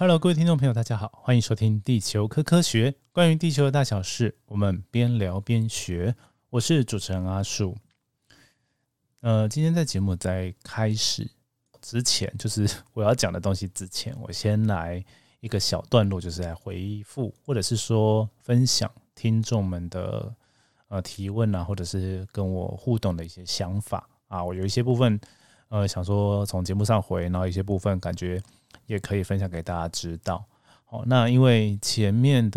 Hello， 各位听众朋友，大家好，欢迎收听地球科学，关于地球的大小事，我们边聊边学。我是主持人阿树。今天在节目在开始之前，就是我要讲的东西之前，我先来一个小段落，就是来回复或者是说分享听众们的提问啊，或者是跟我互动的一些想法啊。我有一些部分想说从节目上回，然后一些部分感觉也可以分享给大家知道。好，那因为前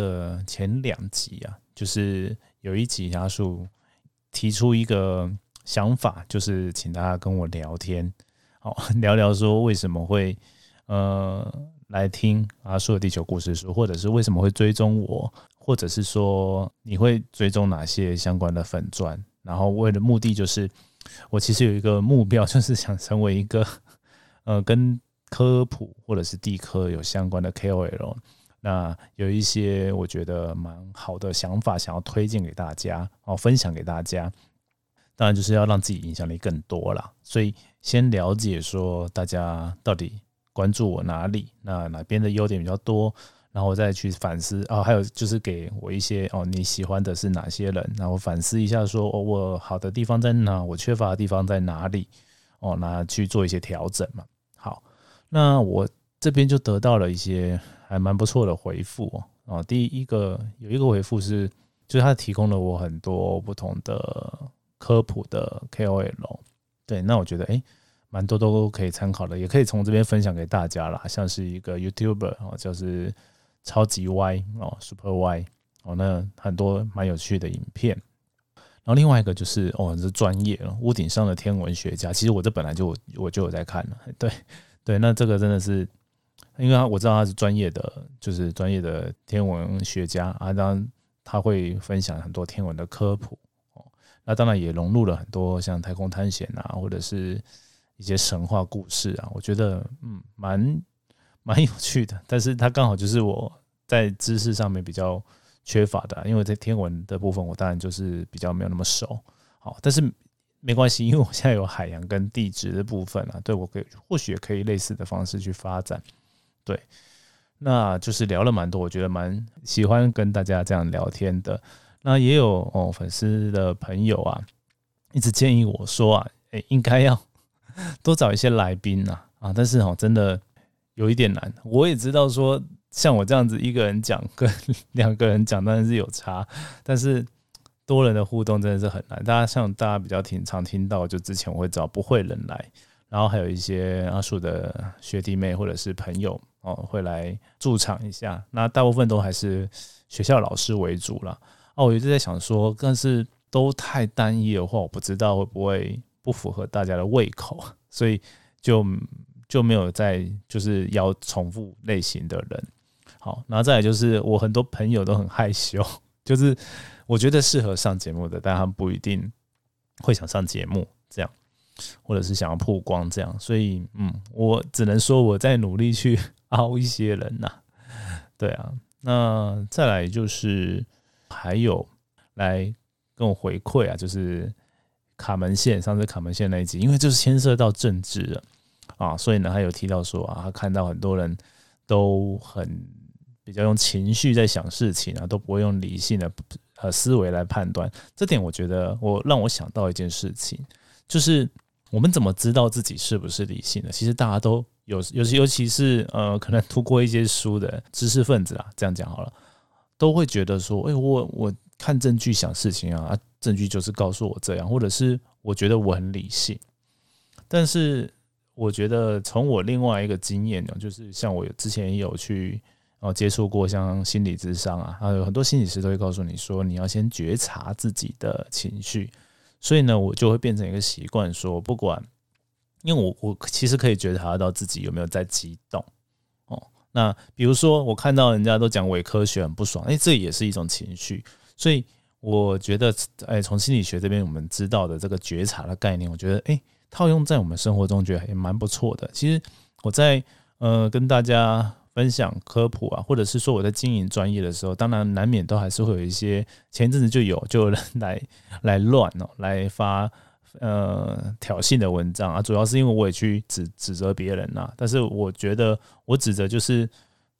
2集啊，就是有一集阿树提出一个想法，就是请大家跟我聊天，好，聊聊说为什么会来听阿树的地球故事书，或者是为什么会追踪我，或者是说你会追踪哪些相关的粉专，然后为了目的就是我其实有一个目标，就是想成为一个跟科普或者是地科有相关的 KOL， 那有一些我觉得蛮好的想法想要推荐给大家，分享给大家，当然就是要让自己影响力更多啦，所以先了解说大家到底关注我哪里，那哪边的优点比较多，然后我再去反思还有就是给我一些你喜欢的是哪些人，然后反思一下说我好的地方在哪，我缺乏的地方在哪里，那去做一些调整嘛。好，那我这边就得到了一些还蛮不错的回复第一个有一个回复是，就是他提供了我很多不同的科普的 KOL， 对，那我觉得蛮多都可以参考的，也可以从这边分享给大家啦，像是一个 YouTuber 就是超级 Y Super Y 那很多蛮有趣的影片。然后另外一个就是是专业屋顶上的天文学家，其实我这本来我就有在看了，对，那这个真的是因为我知道他是专业的，就是专业的天文学家啊，当然他会分享很多天文的科普那当然也融入了很多像太空探险啊，或者是一些神话故事啊，我觉得蛮有趣的，但是他刚好就是我在知识上面比较缺乏的因为在天文的部分我当然就是比较没有那么熟，好，但是没关系，因为我现在有海洋跟地质的部分对，我或许也可以类似的方式去发展，对，那就是聊了蛮多，我觉得蛮喜欢跟大家这样聊天的。那也有粉丝的朋友啊，一直建议我说应该要多找一些来宾但是真的有一点难。我也知道说，像我这样子一个人讲跟2个人讲当然是有差，但是多人的互动真的是很难。大家比较常听到，就之前我会找不会人来，然后还有一些阿树的学弟妹或者是朋友会来驻场一下，那大部分都还是学校老师为主啦。我一直在想说，但是都太单一的话，我不知道会不会不符合大家的胃口，所以就没有再就是要重复类型的人。好，然后再来就是我很多朋友都很害羞，就是我觉得适合上节目的，但他们不一定会想上节目这样，或者是想要曝光这样，所以我只能说我在努力去凹一些人对啊，那再来就是还有来跟我回馈就是卡门线，上次卡门线那一集，因为就是牵涉到政治了所以呢他有提到说他看到很多人都很比较用情绪在想事情都不会用理性的思维来判断。这点我觉得让我想到一件事情，就是我们怎么知道自己是不是理性的？其实大家都尤其是可能读过一些书的知识分子这样讲好了，都会觉得说我看证据想事情证据就是告诉我这样，或者是我觉得我很理性。但是我觉得从我另外一个经验就是像我之前也有去接触过像心理咨商有很多心理师都会告诉你说你要先觉察自己的情绪，所以呢我就会变成一个习惯说不管，因为我其实可以觉察到自己有没有在激动那比如说我看到人家都讲伪科学很不爽，这也是一种情绪，所以我觉得从心理学这边我们知道的这个觉察的概念，我觉得套用在我们生活中觉得也蛮不错的。其实我在跟大家分享科普或者是说我在经营专业的时候，当然难免都还是会有一些，前一阵子就有人来乱来发挑衅的文章主要是因为我也去指责别人但是我觉得我指责就是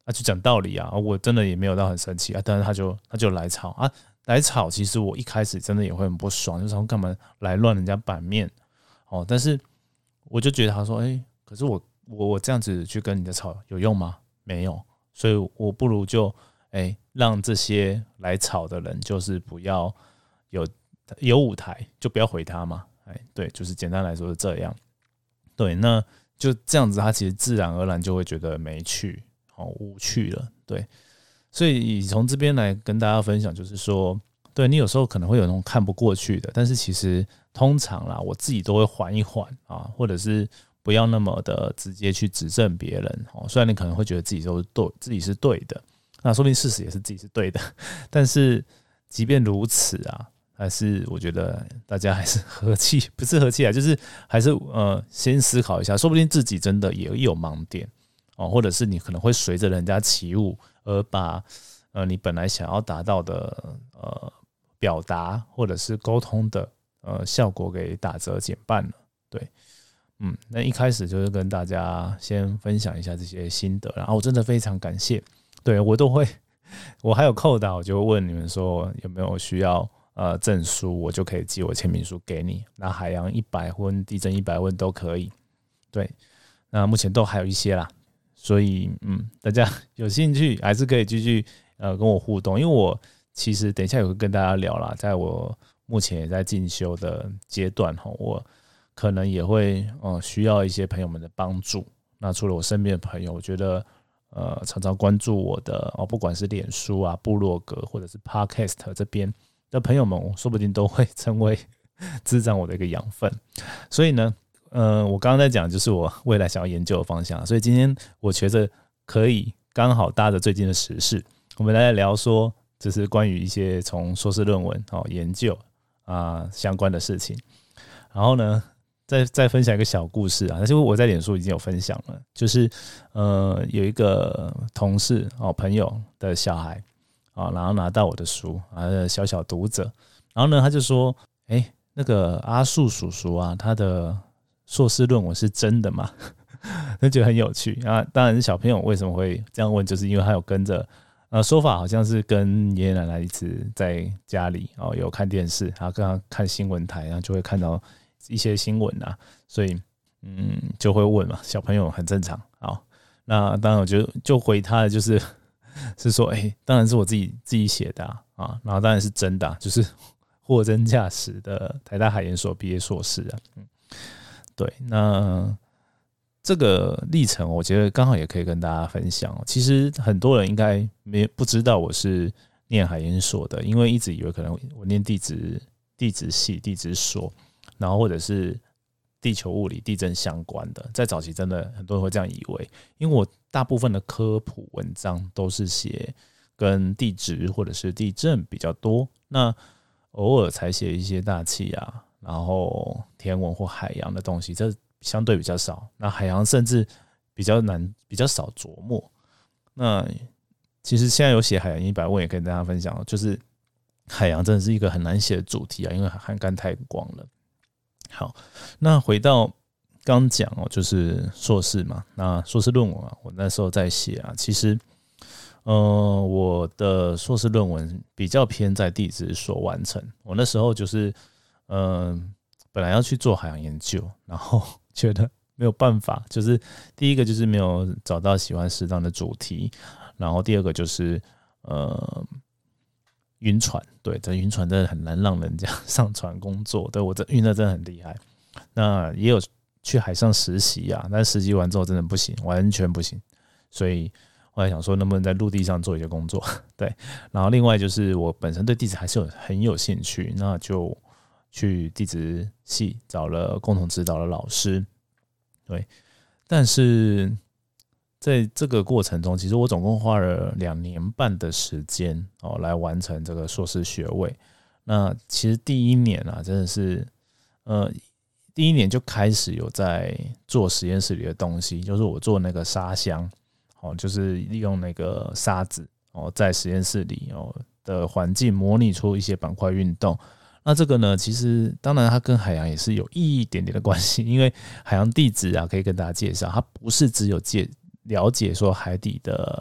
就讲道理啊，我真的也没有到很生气啊，但是他就来吵啊，来吵，其实我一开始真的也会很不爽，就想干嘛来乱人家版面但是我就觉得他说，可是我这样子去跟你的吵有用吗？没有，所以我不如就让这些来吵的人就是不要有舞台，就不要回他嘛，对，就是简单来说是这样，对，那就这样子，他其实自然而然就会觉得没趣，无趣了，对，所以从这边来跟大家分享，就是说，对你有时候可能会有那种看不过去的，但是其实通常啦，我自己都会缓一缓啊，或者是不要那么的直接去指正别人，虽然你可能会觉得自己是对的，那说不定事实也是自己是对的，但是即便如此啊，还是我觉得大家还是和气，不是和气啊，就是还是先思考一下，说不定自己真的也有盲点或者是你可能会随着人家起舞而把你本来想要达到的表达或者是沟通的效果给打折减半了，对，那一开始就是跟大家先分享一下这些心得，然后我真的非常感谢，对，我都会，我还有扣打，我就问你们说有没有需要证书，我就可以寄我签名书给你，那海洋100问、地震100问都可以，对，那目前都还有一些啦，所以大家有兴趣还是可以继续跟我互动，因为我其实等一下也会跟大家聊啦，在我目前也在进修的阶段，我可能也会需要一些朋友们的帮助。那除了我身边的朋友，我觉得常常关注我的不管是脸书啊、部落格或者是 Podcast 这边的朋友们，我说不定都会成为滋长我的一个养分。所以呢，我刚刚在讲就是我未来想要研究的方向，所以今天我觉得可以刚好搭着最近的时事，我们来聊说，就是关于一些从硕士论文研究相关的事情。然后呢，再分享一个小故事啊，但是我在脸书已经有分享了，就是有一个同事朋友的小孩然后拿到我的书小小读者，然后呢他就说，那个阿树叔叔啊，他的硕士论文是真的吗？就觉得很有趣啊。当然是小朋友为什么会这样问，就是因为他有跟着说法好像是跟爷爷奶奶一直在家里有看电视，然后跟他看新闻台，然后就会看到一些新闻啊，所以就会问嘛，小朋友很正常。好，那当然我就回他的就是说，当然是我自己写的啊，然后当然是真的就是货真价实的台大海研所毕业硕士啊，对，那这个历程我觉得刚好也可以跟大家分享。其实很多人应该不知道我是念海研所的，因为一直以为可能我念地质系、地质所，然后或者是地球物理、地震相关的，在早期真的很多人会这样以为，因为我大部分的科普文章都是写跟地质或者是地震比较多，那偶尔才写一些大气啊，然后天文或海洋的东西，这相对比较少。那海洋甚至比较难，比较少琢磨。那其实现在有写海洋100问，也跟大家分享，就是海洋真的是一个很难写的主题啊，因为涵盖太广了。好，那回到刚讲就是硕士嘛，那硕士论文啊，我那时候在写啊，其实我的硕士论文比较偏在地质所完成。我那时候就是本来要去做海洋研究，然后觉得没有办法，就是第一个就是没有找到喜欢适当的主题，然后第二个就是晕船，对，这晕船真的很难让人家上船工作，对，我这晕的真的很厉害。那也有去海上实习啊，但实习完之后真的不行，完全不行，所以后来想说能不能在陆地上做一些工作，对。然后另外就是我本身对地质还是很有兴趣，那就去地质系找了共同指导的老师，对。但是在这个过程中，其实我总共花了2年半的时间来完成这个硕士学位。那其实第一年啊，真的是第一年就开始有在做实验室里的东西，就是我做那个沙箱，就是利用那个沙子在实验室里的环境模拟出一些板块运动。那这个呢，其实当然它跟海洋也是有一点点的关系，因为海洋地质啊，可以跟大家介绍，它不是只有了解说海底的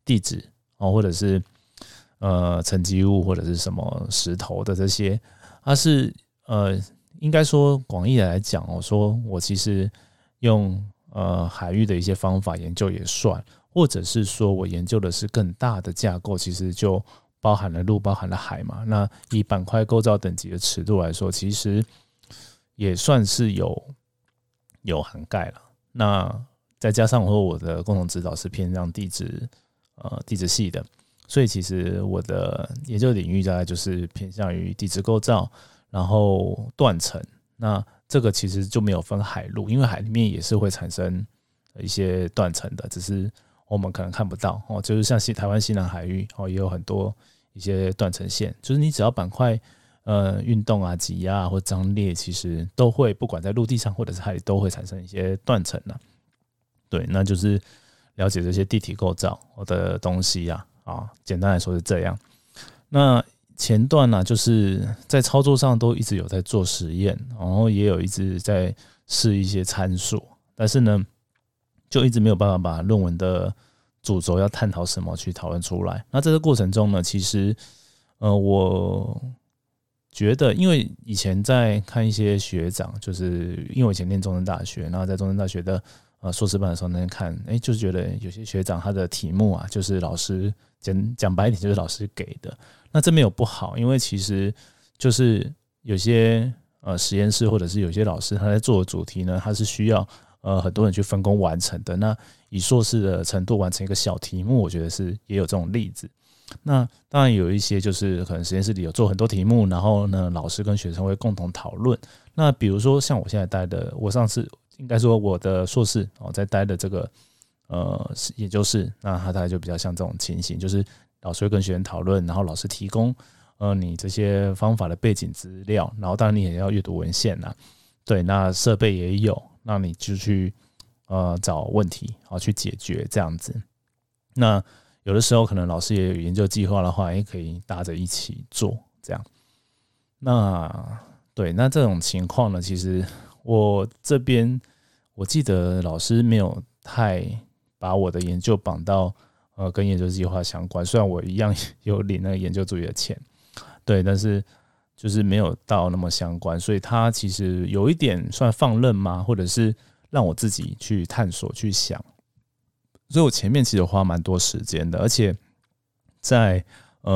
地址或者是沉积物或者是什么石头的这些，它是应该说广义来讲说我其实用海域的一些方法研究也算，或者是说我研究的是更大的架构，其实就包含了陆包含了海嘛，那以板块构造等级的尺度来说，其实也算是有涵盖了。那再加上我的共同指导是偏向地质系的，所以其实我的研究领域大概就是偏向于地质构造，然后断层。那这个其实就没有分海陆，因为海里面也是会产生一些断层的，只是我们可能看不到就是像台湾西南海域也有很多一些断层线，就是你只要板块运动啊、挤压或张裂，其实都会不管在陆地上或者是海里都会产生一些断层啊。对，那就是了解这些地体构造的东西啊，简单来说是这样。那前段呢，就是在操作上都一直有在做实验，然后也有一直在试一些参数，但是呢，就一直没有办法把论文的主轴要探讨什么去讨论出来。那在这个过程中呢，其实我觉得，因为以前在看一些学长，就是因为我以前念中正大学，然后在中正大学的硕士班的时候那边看，就是觉得有些学长他的题目啊，就是老师讲白一点就是老师给的，那这没有不好，因为其实就是有些实验室或者是有些老师他在做的主题呢，他是需要很多人去分工完成的。那以硕士的程度完成一个小题目，我觉得是也有这种例子。那当然有一些就是可能实验室里有做很多题目，然后呢老师跟学生会共同讨论。那比如说像我现在待的，我上次应该说我的硕士在待的这个研究室，那它大概就比较像这种情形，就是老师会跟学生讨论，然后老师提供你这些方法的背景资料，然后当然你也要阅读文献啦，对，那设备也有，那你就去找问题去解决这样子。那有的时候可能老师也有研究计划的话，也可以搭着一起做这样。那对，那这种情况呢，其实我这边我记得老师没有太把我的研究绑到跟研究计划相关，虽然我一样有领那个研究助理的钱，对，但是就是没有到那么相关，所以他其实有一点算放任吗？或者是让我自己去探索去想，所以我前面其实花蛮多时间的，而且在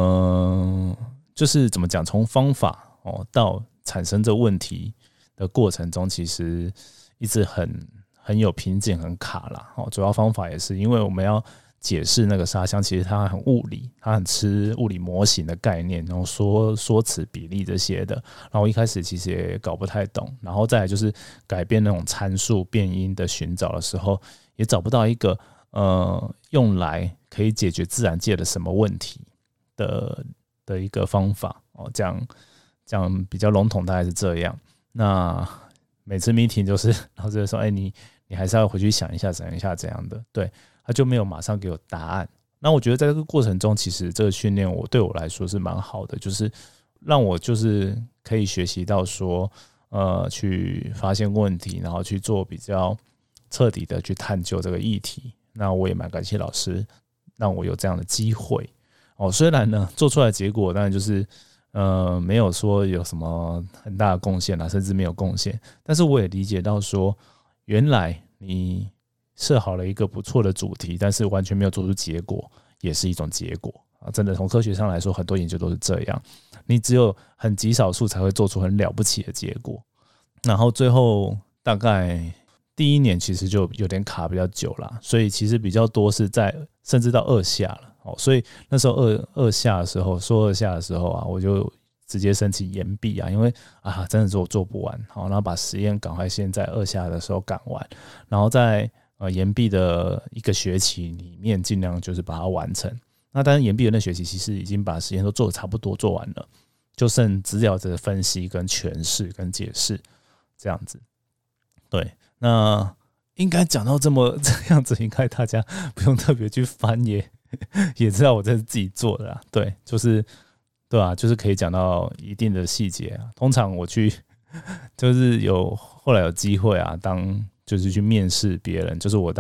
就是怎么讲，从方法到产生这问题的过程中，其实一直很有瓶颈，很卡啦。主要方法也是因为我们要解释那个沙箱，其实它很物理，它很吃物理模型的概念，然后说辞比例这些的。然后一开始其实也搞不太懂，然后再来就是改变那种参数变因的寻找的时候，也找不到一个用来可以解决自然界的什么问题的一个方法讲比较笼统，大概是这样。那每次 meeting 就是老师就说，你还是要回去想一下，想一下怎样的，对，他就没有马上给我答案。那我觉得在这个过程中，其实这个训练对我来说是蛮好的，就是让我就是可以学习到说，去发现问题，然后去做比较彻底的去探究这个议题。那我也蛮感谢老师让我有这样的机会。虽然呢做出来的结果当然就是没有说有什么很大的贡献啦，甚至没有贡献，但是我也理解到说，原来你设好了一个不错的主题，但是完全没有做出结果，也是一种结果真的从科学上来说，很多研究都是这样，你只有很极少数才会做出很了不起的结果。然后最后大概第一年其实就有点卡比较久啦，所以其实比较多是在甚至到二下了。所以那时候二下的时候，说二下的时候我就直接申请延毕因为真的做不完，然后把实验赶快先在二下的时候赶完，然后在延毕的一个学期里面尽量就是把它完成。那当然延毕的那学期其实已经把实验都做得差不多做完了，就剩资料的分析跟诠释跟解释这样子。对，那应该讲到这样子，应该大家不用特别去翻也知道我这是自己做的啦。对，就是对啊，就是可以讲到一定的细节通常我去就是后来有机会就是去面试别人，就是我当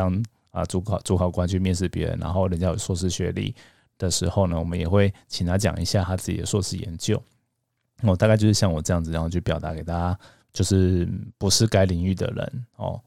主考官去面试别人，然后人家有硕士学历的时候呢，我们也会请他讲一下他自己的硕士研究。大概就是像我这样子，然后去表达给大家，就是不是该领域的人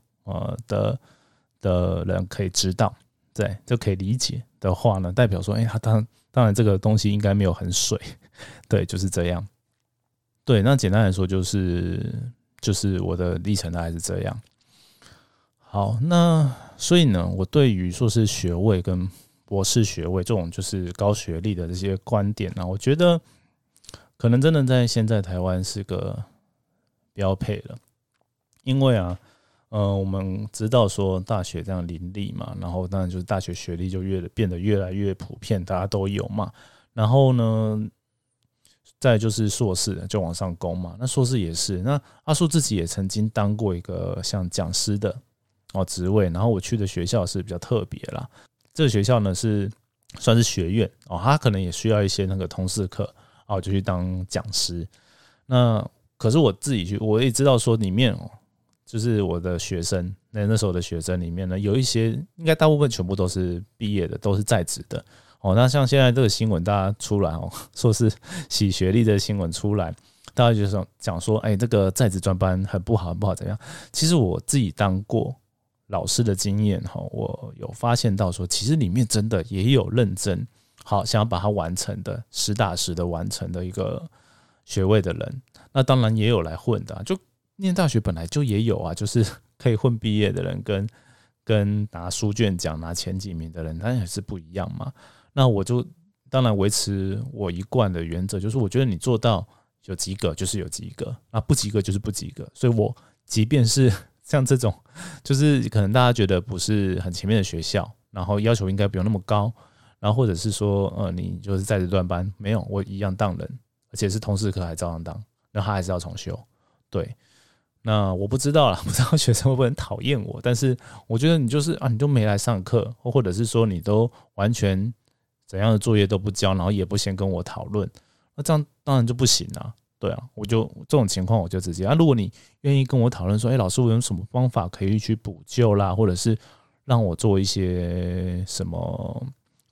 的人可以知道，对，就可以理解的话呢，代表说，他当然这个东西应该没有很水，对，就是这样。对，那简单来说就是我的历程大概是这样。好，那所以呢，我对于硕士学位跟博士学位这种就是高学历的这些观点呢，我觉得可能真的在现在台湾是个标配了，因为我们知道说大学这样林立嘛，然后当然就是大学学历就变得越来越普遍，大家都有嘛。然后呢，再就是硕士就往上攻嘛，那硕士也是。那阿树自己也曾经当过一个像讲师的职位，然后我去的学校是比较特别啦。这个学校呢是算是学院他可能也需要一些那个通识课我就去当讲师。那可是我自己去，我也知道说里面就是我的学生，那时候的学生里面呢，有一些应该大部分全部都是毕业的，都是在职的那像现在这个新闻大家出来说是洗学历的新闻出来，大家就讲说这个在职专班很不好很不好怎样。其实我自己当过老师的经验我有发现到说，其实里面真的也有认真想要把它完成的实打实的完成的一个学位的人。那当然也有来混的就念大学本来就也有就是可以混毕业的人跟拿书卷奖拿前几名的人，当然也是不一样嘛。那我就当然维持我一贯的原则，就是我觉得你做到有及格就是有及格，不及格就是不及格。所以我即便是像这种就是可能大家觉得不是很前面的学校，然后要求应该不用那么高，然后或者是说你就是在职专班，没有，我一样当人，而且是通识课还照样当，那他还是要重修。对，那我不知道啦，不知道学生会不会很讨厌我，但是我觉得你就是你都没来上课，或者是说你都完全怎样的作业都不交，然后也不先跟我讨论，那这样当然就不行啊。对我就这种情况我就直接如果你愿意跟我讨论说老师我有什么方法可以去补救啦，或者是让我做一些什么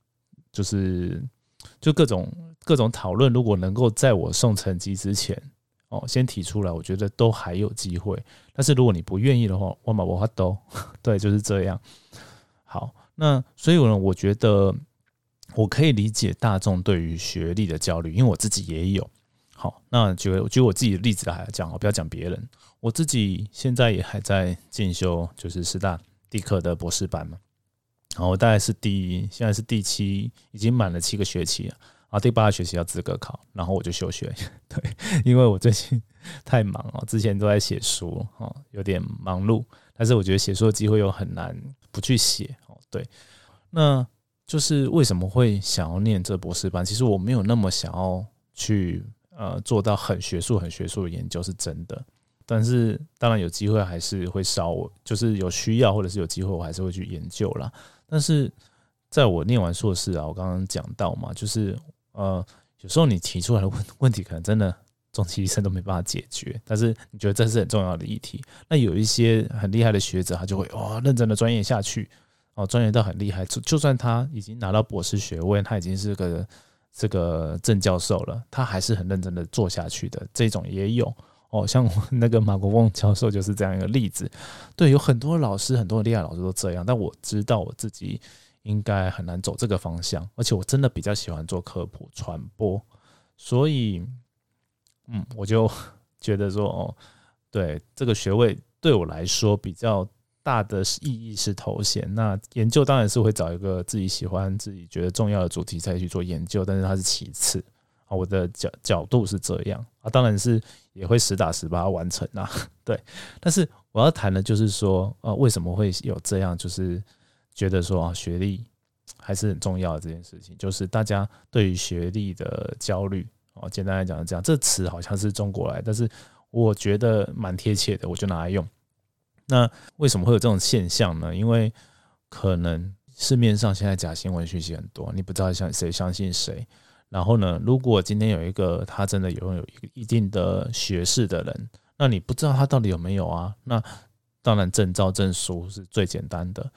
就各种讨论，如果能够在我送成绩之前先提出来，我觉得都还有机会。但是如果你不愿意的话，我没办法对，就是这样。好，那所以呢，我觉得我可以理解大众对于学历的焦虑，因为我自己也有。好，那举我自己的例子来讲，不要讲别人。我自己现在也还在进修，就是师大地科的博士班嘛。然后我大概是现在是第7，已经满了7个学期了。第8个学期要资格考，然后我就休学。对，因为我最近太忙之前都在写书有点忙碌，但是我觉得写书的机会又很难不去写对，那就是为什么会想要念这博士班？其实我没有那么想要去做到很学术的研究，是真的。但是当然有机会还是会就是有需要或者是有机会我还是会去研究啦。但是在我念完硕士我刚刚讲到嘛，就是有时候你提出来的问题可能真的终其一生都没办法解决，但是你觉得这是很重要的议题。那有一些很厉害的学者，他就会认真的钻研下去钻研到很厉害，就算他已经拿到博士学位，他已经是这个正教授了，他还是很认真的做下去的，这种也有像我那个马国凤教授就是这样一个例子。对，有很多老师，很多厉害的老师都这样，但我知道我自己应该很难走这个方向，而且我真的比较喜欢做科普传播，所以我就觉得说对，这个学位对我来说比较大的意义是头衔。那研究当然是会找一个自己喜欢、自己觉得重要的主题才去做研究，但是它是其次我的角度是这样当然是也会实打实把它完成对，但是我要谈的就是说为什么会有这样，就是觉得说学历还是很重要的这件事情，就是大家对于学历的焦虑简单来讲是这样，这词好像是中国来，但是我觉得蛮贴切的，我就拿来用。那为什么会有这种现象呢？因为可能市面上现在假新闻讯息很多，你不知道谁相信谁。然后呢，如果今天有一个他真的拥有一定的学识的人，那你不知道他到底有没有那当然证照证书是最简单的。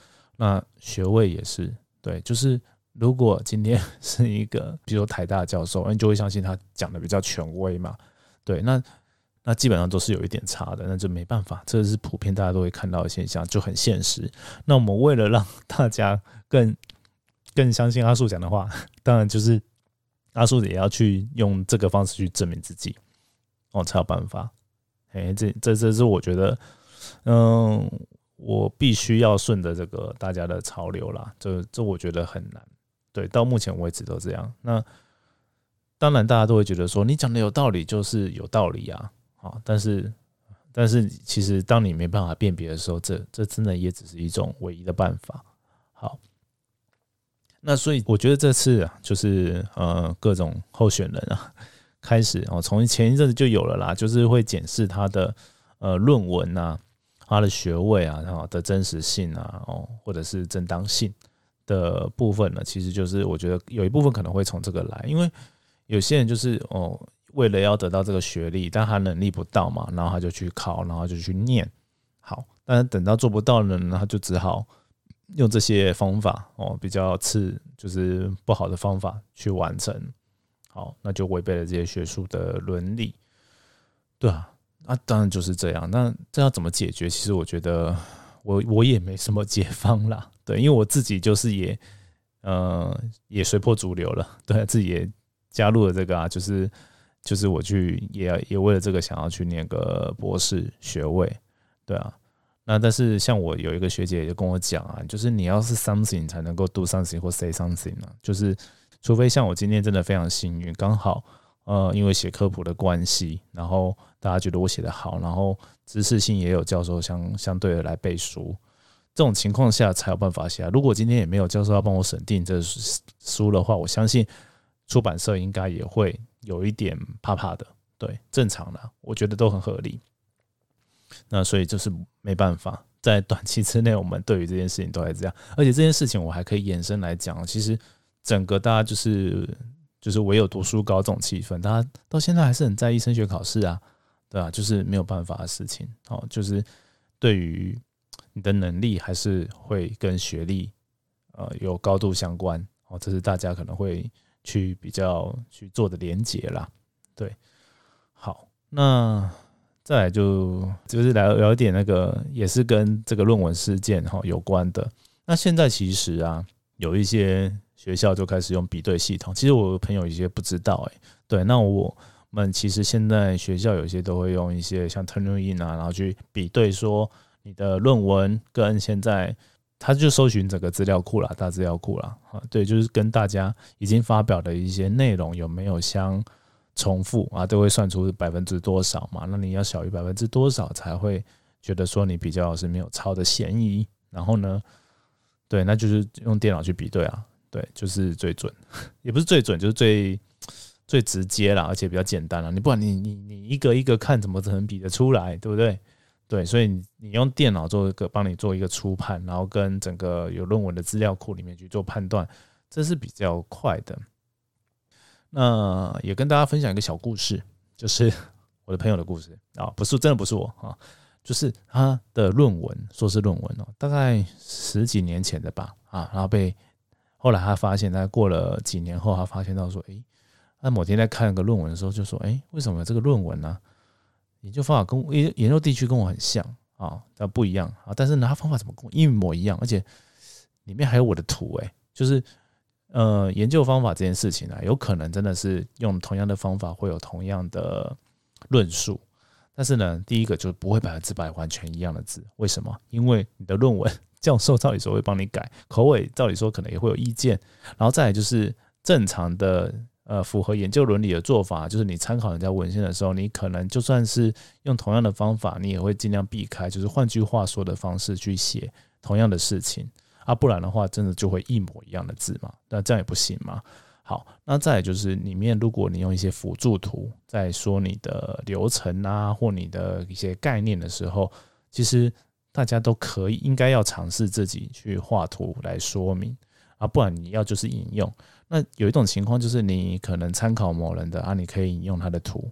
那学位也是，对，就是如果今天是一个比如说台大教授，你就会相信他讲的比较权威嘛，对，那基本上都是有一点差的，那就没办法，这是普遍大家都会看到的现象，就很现实。那我们为了让大家更相信阿树讲的话，当然就是阿树也要去用这个方式去证明自己，才有办法。这是我觉得，我必须要顺着这个大家的潮流啦，这我觉得很难。对，到目前为止都这样。那当然大家都会觉得说，你讲的有道理就是有道理啊，但是其实当你没办法辨别的时候，这真的也只是一种唯一的办法。好。那所以我觉得这次就是各种候选人开始从前一阵子就有了啦，就是会检视他的论文啊、他的学位啊的真实性啊或者是正当性的部分呢，其实就是我觉得有一部分可能会从这个来，因为有些人就是为了要得到这个学历，但他能力不到嘛，然后他就去考，然后就去念，好，但是等到做不到的呢，他就只好用这些方法比较就是不好的方法去完成，好，那就违背了这些学术的伦理，对啊，当然就是这样。那这要怎么解决？其实我觉得我也没什么解方啦，对，因为我自己就是也随波逐流了，对，自己也加入了这个就是我去也为了这个想要去念个博士学位，对啊。那但是像我有一个学姐也就跟我讲就是你要是 something 才能够 do something 或 say something 就是除非像我今天真的非常幸运，刚好因为写科普的关系，然后大家觉得我写得好，然后知识性也有教授相对的来背书，这种情况下才有办法写。如果今天也没有教授要帮我审定这书的话，我相信出版社应该也会有一点怕怕的，对，正常的，我觉得都很合理。那所以就是没办法，在短期之内，我们对于这件事情都还这样，而且这件事情我还可以延伸来讲，其实整个大家就是唯有读书高这种气氛，大家到现在还是很在意升学考试啊，对啊，就是没有办法的事情，就是对于你的能力还是会跟学历有高度相关，这是大家可能会去比较去做的连结啦，对，好，那。再来就是来聊一点那个也是跟这个论文事件有关的。那现在其实有一些学校就开始用比对系统，其实我的朋友有些不知道对，那我们其实现在学校有些都会用一些像 Turnitin 然后去比对说你的论文跟现在他就搜寻整个资料库啦，大资料库啦，对，就是跟大家已经发表的一些内容有没有相重复都会算出%多少嘛，那你要小于%多少才会觉得说你比较是没有抄的嫌疑，然后呢，对，那就是用电脑去比对对，就是最准，也不是最准，就是最直接啦，而且比较简单啦，你不然你一个一个看怎么能比得出来，对不对？对，所以你用电脑帮你做一个初判，然后跟整个有论文的资料库里面去做判断，这是比较快的。那也跟大家分享一个小故事，就是我的朋友的故事真的不是我就是他的论文，硕士论文大概10几年前的吧然后后来他发现，他过了几年后，他发现到说，他某天在看个论文的时候，就说，为什么这个论文呢？研究方法跟研究地区跟我很像但不一样但是呢，他方法怎么跟我一模一样，而且里面还有我的图就是研究方法这件事情有可能真的是用同样的方法会有同样的论述，但是呢，第一个就不会100%完全一样的字，为什么？因为你的论文教授照理说会帮你改，口尾照理说可能也会有意见，然后再来就是正常的符合研究伦理的做法，就是你参考人家文献的时候，你可能就算是用同样的方法，你也会尽量避开，就是换句话说的方式去写同样的事情。不然的话真的就会一模一样的字嘛，那这样也不行嘛。好，那再来就是里面如果你用一些辅助图在说你的流程或你的一些概念的时候，其实大家都应该要尝试自己去画图来说明不然你要就是引用。那有一种情况就是你可能参考某人的你可以引用他的图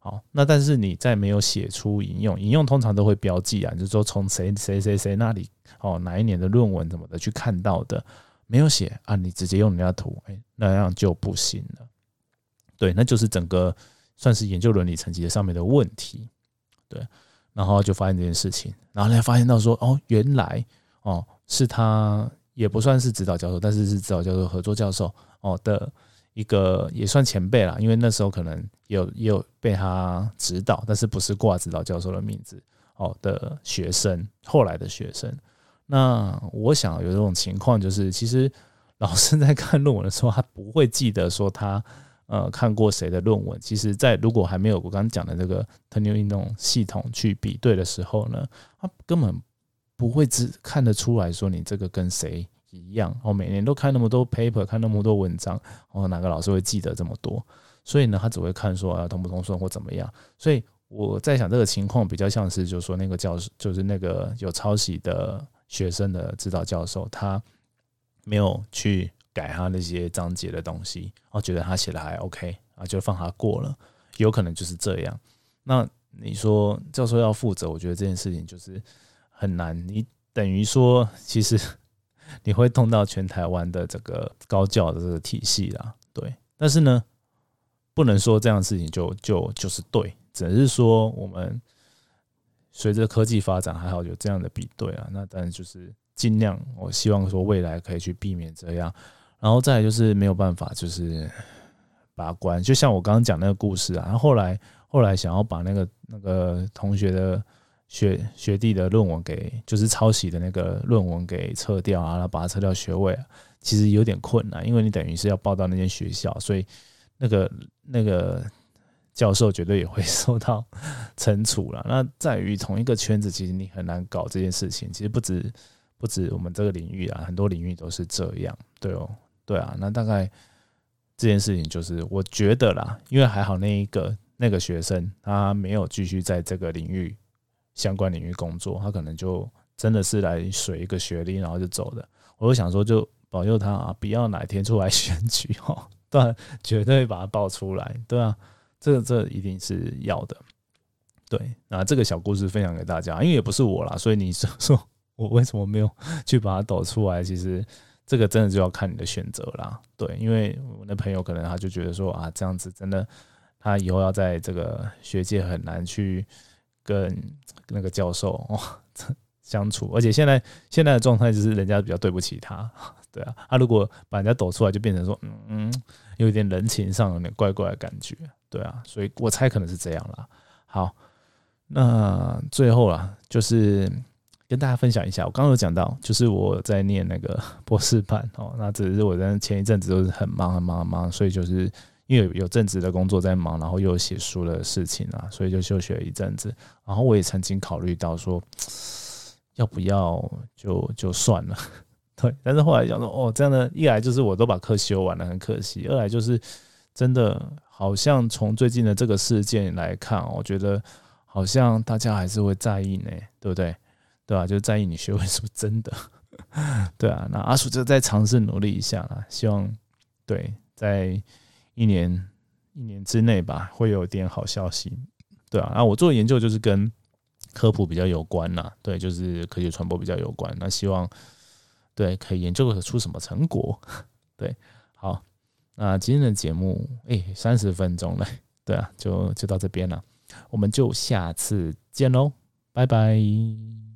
好，那但是你在没有写出引用通常都会标记啊，就是说从谁那里哪一年的论文怎么的去看到的，没有写啊，你直接用人家图，那样就不行了。对，那就是整个算是研究伦理层级上面的问题。对，然后就发现这件事情，然后才发现到说，原来是他也不算是指导教授，但是是指导教授合作教授的一个也算前辈啦，因为那时候可能也有被他指导，但是不是挂指导教授的名字的学生，后来的学生。那我想有这种情况，就是其实老师在看论文的时候，他不会记得说他看过谁的论文。其实在如果还没有我刚刚讲的这个 Tenure 运动系统去比对的时候呢，他根本不会只看得出来说你这个跟谁一样每年都看那么多 paper， 看那么多文章哪个老师会记得这么多？所以呢，他只会看说通不通顺或怎么样。所以我在想这个情况比较像是，就是说那个教授，就是那个有抄袭的学生的指导教授，他没有去改他那些章节的东西，觉得他写的还 OK 就放他过了，有可能就是这样。那你说教授要负责，我觉得这件事情就是很难。你等于说，其实你会动到全台湾的这个高教的这个体系啦，对。但是呢，不能说这样的事情就是对，只是说我们随着科技发展，还好有这样的比对啊。那当然就是尽量，我希望说未来可以去避免这样。然后再来就是没有办法，就是把关。就像我刚刚讲那个故事啊，然后后来想要把那个同学的学弟的论文给，就是抄袭的那个论文给撤掉啊，然后把它撤掉学位其实有点困难，因为你等于是要报到那间学校，所以那个教授绝对也会受到惩处啦。那在于同一个圈子，其实你很难搞这件事情。其实不止我们这个领域啊，很多领域都是这样，对啊。那大概这件事情就是我觉得啦，因为还好那个学生他没有继续在这个相关领域工作，他可能就真的是来水一个学历然后就走的。我就想说，就保佑他不要哪天出来选举对啊，绝对把它爆出来，对啊，这一定是要的。对，那这个小故事分享给大家，因为也不是我啦，所以你说我为什么没有去把它抖出来？其实这个真的就要看你的选择啦。对，因为我的朋友可能他就觉得说这样子真的，他以后要在这个学界很难去跟那个教授相处，而且现在的状态就是人家比较对不起他，对啊，他如果把人家抖出来，就变成说有点人情上有点怪怪的感觉，对啊，所以我猜可能是这样啦。好，那最后啦，就是跟大家分享一下，我刚刚有讲到，就是我在念那个博士班那只是我在前一阵子都是很忙，所以就是因为有正职的工作在忙，然后又有写书的事情所以就休学了一阵子。然后我也曾经考虑到说，要不要就算了，对。但是后来想说，这样的一来就是我都把课修完了，很可惜；二来就是真的好像从最近的这个事件来看，我觉得好像大家还是会在意呢，对不对？对啊，就在意你学位是不是真的，对啊。那阿叔就再尝试努力一下啦，希望对在一年之内吧，会有点好消息，对啊。那我做的研究就是跟科普比较有关啦，对，就是科学传播比较有关。那希望对可以研究出什么成果，对。好，那今天的节目30分钟了，对啊，就到这边了，我们就下次见喽，拜拜。